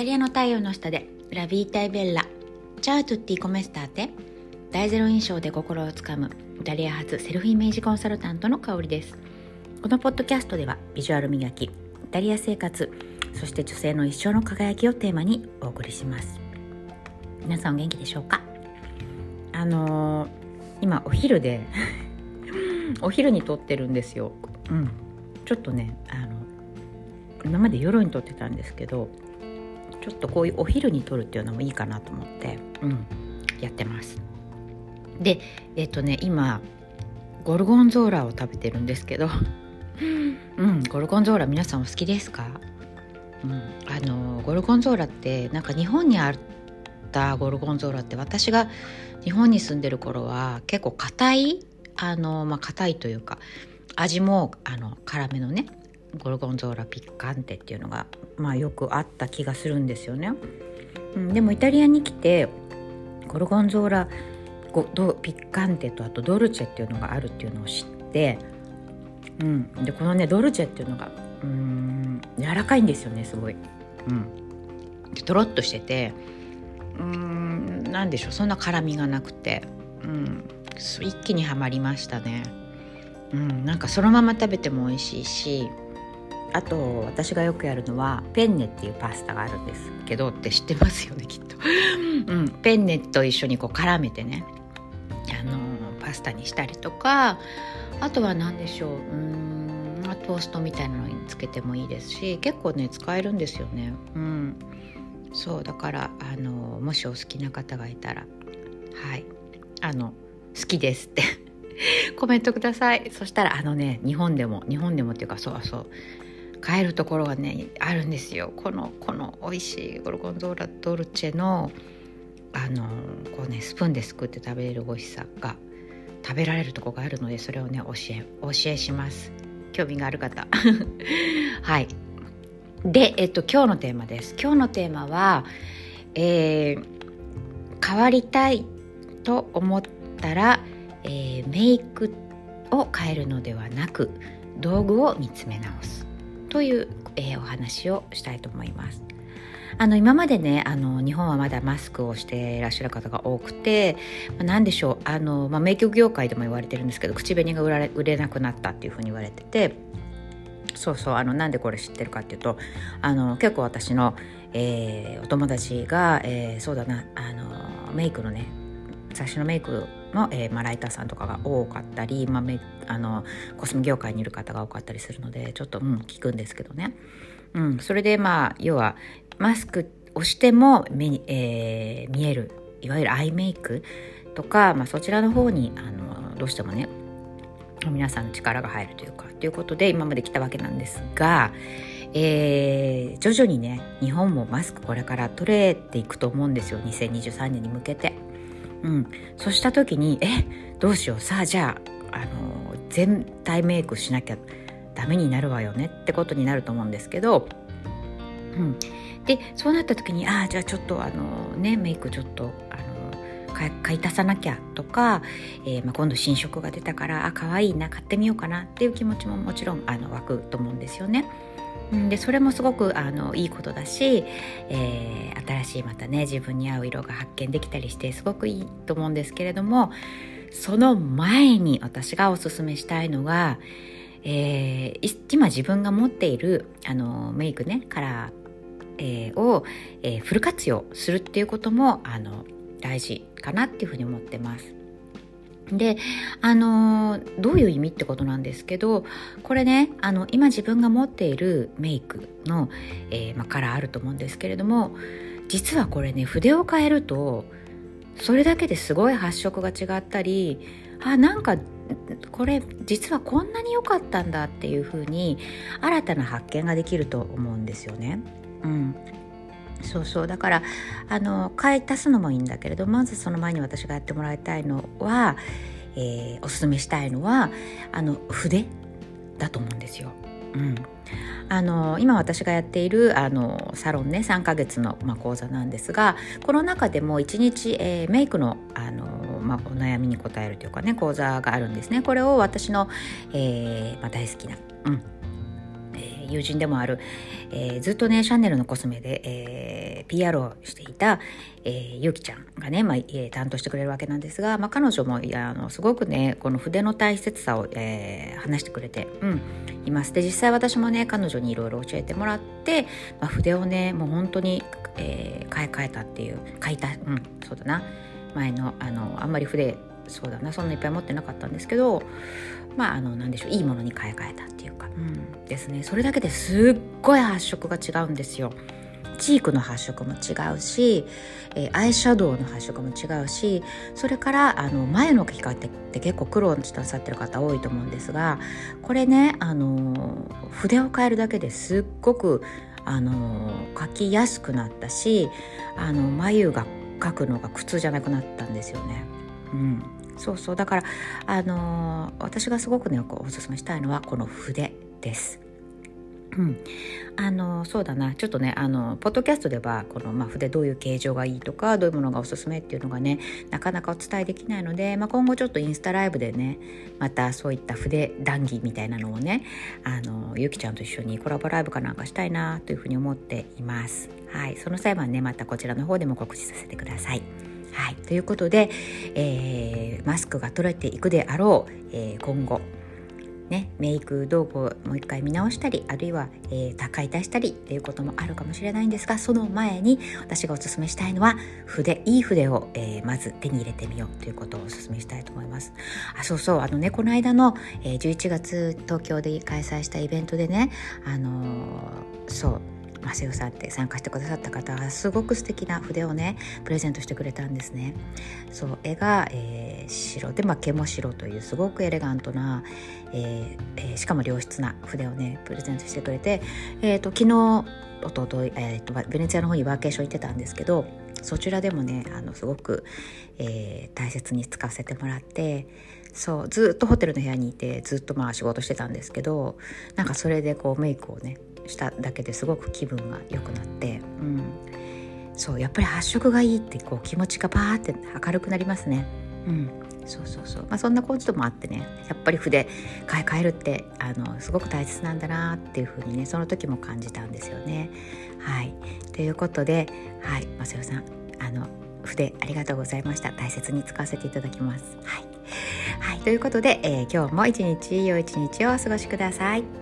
タリアの太陽の下でラビータイベッラチャートゥッティコメスターテ大ゼロ印象で心をつかむイタリア発セルフイメージコンサルタントの香りです。このポッドキャストではビジュアル磨き、イタリア生活、そして女性の一生の輝きをテーマにお送りします。皆さんお元気でしょうか？今お昼でお昼に撮ってるんですよ。ちょっとね今まで夜に撮ってたんですけど、ちょっとこういうお昼に撮るっていうのもいいかなと思って、やってます。で今ゴルゴンゾーラを食べてるんですけどゴルゴンゾーラ皆さんお好きですか？ゴルゴンゾーラってなんか日本にあったゴルゴンゾーラって私が日本に住んでる頃は結構硬い硬いというか味も辛めのねゴルゴンゾーラピッカンテっていうのがよくあった気がするんですよね。でもイタリアに来てゴルゴンゾーラピッカンテとあとドルチェっていうのがあるっていうのを知って、でこのねドルチェっていうのが柔らかいんですよね、すごい。でとろっとしててなんでしょう、そんな辛みがなくて、一気にはまりましたね。なんかそのまま食べても美味しいし、あと私がよくやるのはペンネっていうパスタがあるんですけど、って知ってますよねきっと。ペンネと一緒にこう絡めてねパスタにしたりとか、あとは何でしょう、トーストみたいなのにつけてもいいですし、結構ね使えるんですよね。そうだからもしお好きな方がいたら好きですってコメントください。そしたら日本でもっていうかそう買えるところがねあるんですよ。この美味しいゴルゴンゾーラドルチェのこうねスプーンですくって食べれる美味しさが食べられるところがあるので、それをねお教えします。興味がある方はいで、今日のテーマです。今日のテーマは、変わりたいと思ったら、メイクを変えるのではなく道具を見つめ直すという、お話をしたいと思います。今までね日本はまだマスクをしていらっしゃる方が多くて、なんでしょうメイク業界でも言われてるんですけど、口紅が売れなくなったっていうふうに言われてて、なんでこれ知ってるかっていうと結構私の、お友達が、メイクのね雑誌のメイクの、ライターさんとかが多かったり、コスメ業界にいる方が多かったりするのでちょっと聞くんですけどね。それで要はマスクをしても目に、見えるいわゆるアイメイクとか、そちらの方にどうしてもね皆さんの力が入るということで今まで来たわけなんですが、徐々にね日本もマスクこれから取れていくと思うんですよ、2023年に向けて。そうした時にどうしようさあ、じゃあ全体メイクしなきゃダメになるわよねってことになると思うんですけど、でそうなった時にじゃあちょっとメイクちょっと買い足さなきゃとか、今度新色が出たから可愛いな買ってみようかなっていう気持ちももちろん湧くと思うんですよね。でそれもすごくいいことだし、新しいまたね自分に合う色が発見できたりしてすごくいいと思うんですけれども、その前に私がおすすめしたいのが、今自分が持っているメイクねカラー、を、フル活用するっていうことも大事かなっていうふうに思ってます。でどういう意味ってことなんですけど、これね今自分が持っているメイクの、カラーあると思うんですけれども、実はこれね筆を変えるとそれだけですごい発色が違ったり、なんかこれ実はこんなに良かったんだっていう風に新たな発見ができると思うんですよね。だから買い足すのもいいんだけれど、まずその前に私がやってもらいたいのは、おすすめしたいのは筆だと思うんですよ。今私がやっているサロンね3ヶ月の、講座なんですが、この中でも1日、メイクの、お悩みに答えるというかね講座があるんですね。これを私の、大好きな、 友人でもある、ずっとねシャネルのコスメで、PR をしていた、ゆうきちゃんがね、担当してくれるわけなんですが、彼女もすごくねこの筆の大切さを、話してくれて、います。で実際私もね彼女にいろいろ教えてもらって、筆をねもう本当に、買い替えたっていうそうだな、前のあんまり筆そうだなそんないっぱい持ってなかったんですけど、なんでしょう、いいものに買い替えたっていうか、ですね。それだけですっごい発色が違うんですよ。チークの発色も違うし、アイシャドウの発色も違うし、それから眉の描き方って結構苦労してなさってる方多いと思うんですが、これね筆を変えるだけですっごく描きやすくなったし、眉が描くのが苦痛じゃなくなったんですよね。そうだから、私がすごくねおすすめしたいのはこの筆です。そうだな、ちょっとねポッドキャストではこの、筆どういう形状がいいとかどういうものがおすすめっていうのがねなかなかお伝えできないので、今後ちょっとインスタライブでねまたそういった筆談義みたいなのをねゆきちゃんと一緒にコラボライブかなんかしたいなというふうに思っています。その際はねまたこちらの方でも告知させてください。ということで、マスクが取れていくであろう、今後メイク道具をもう一回見直したり、あるいは、買い足したりっていうこともあるかもしれないんですが、その前に私がお勧めしたいのはいい筆を、まず手に入れてみようということをお勧めしたいと思います。この間の、11月東京で開催したイベントでねマセオさんって参加してくださった方がすごく素敵な筆をねプレゼントしてくれたんですね。絵が、白で毛も白というすごくエレガントな、しかも良質な筆をねプレゼントしてくれて、昨日ベネツィアの方にワーケーション行ってたんですけど、そちらでもねすごく、大切に使わせてもらって、ずっとホテルの部屋にいてずっと仕事してたんですけど、それでメイクをねしただけですごく気分が良くなって、やっぱり発色がいいって気持ちがバーって明るくなりますね。そんなこともあってね、やっぱり筆買い替えるってすごく大切なんだなっていうふうにねその時も感じたんですよね。ということでマセオさん筆ありがとうございました。大切に使わせていただきます。ということで、今日も一日良い一日をお過ごしください。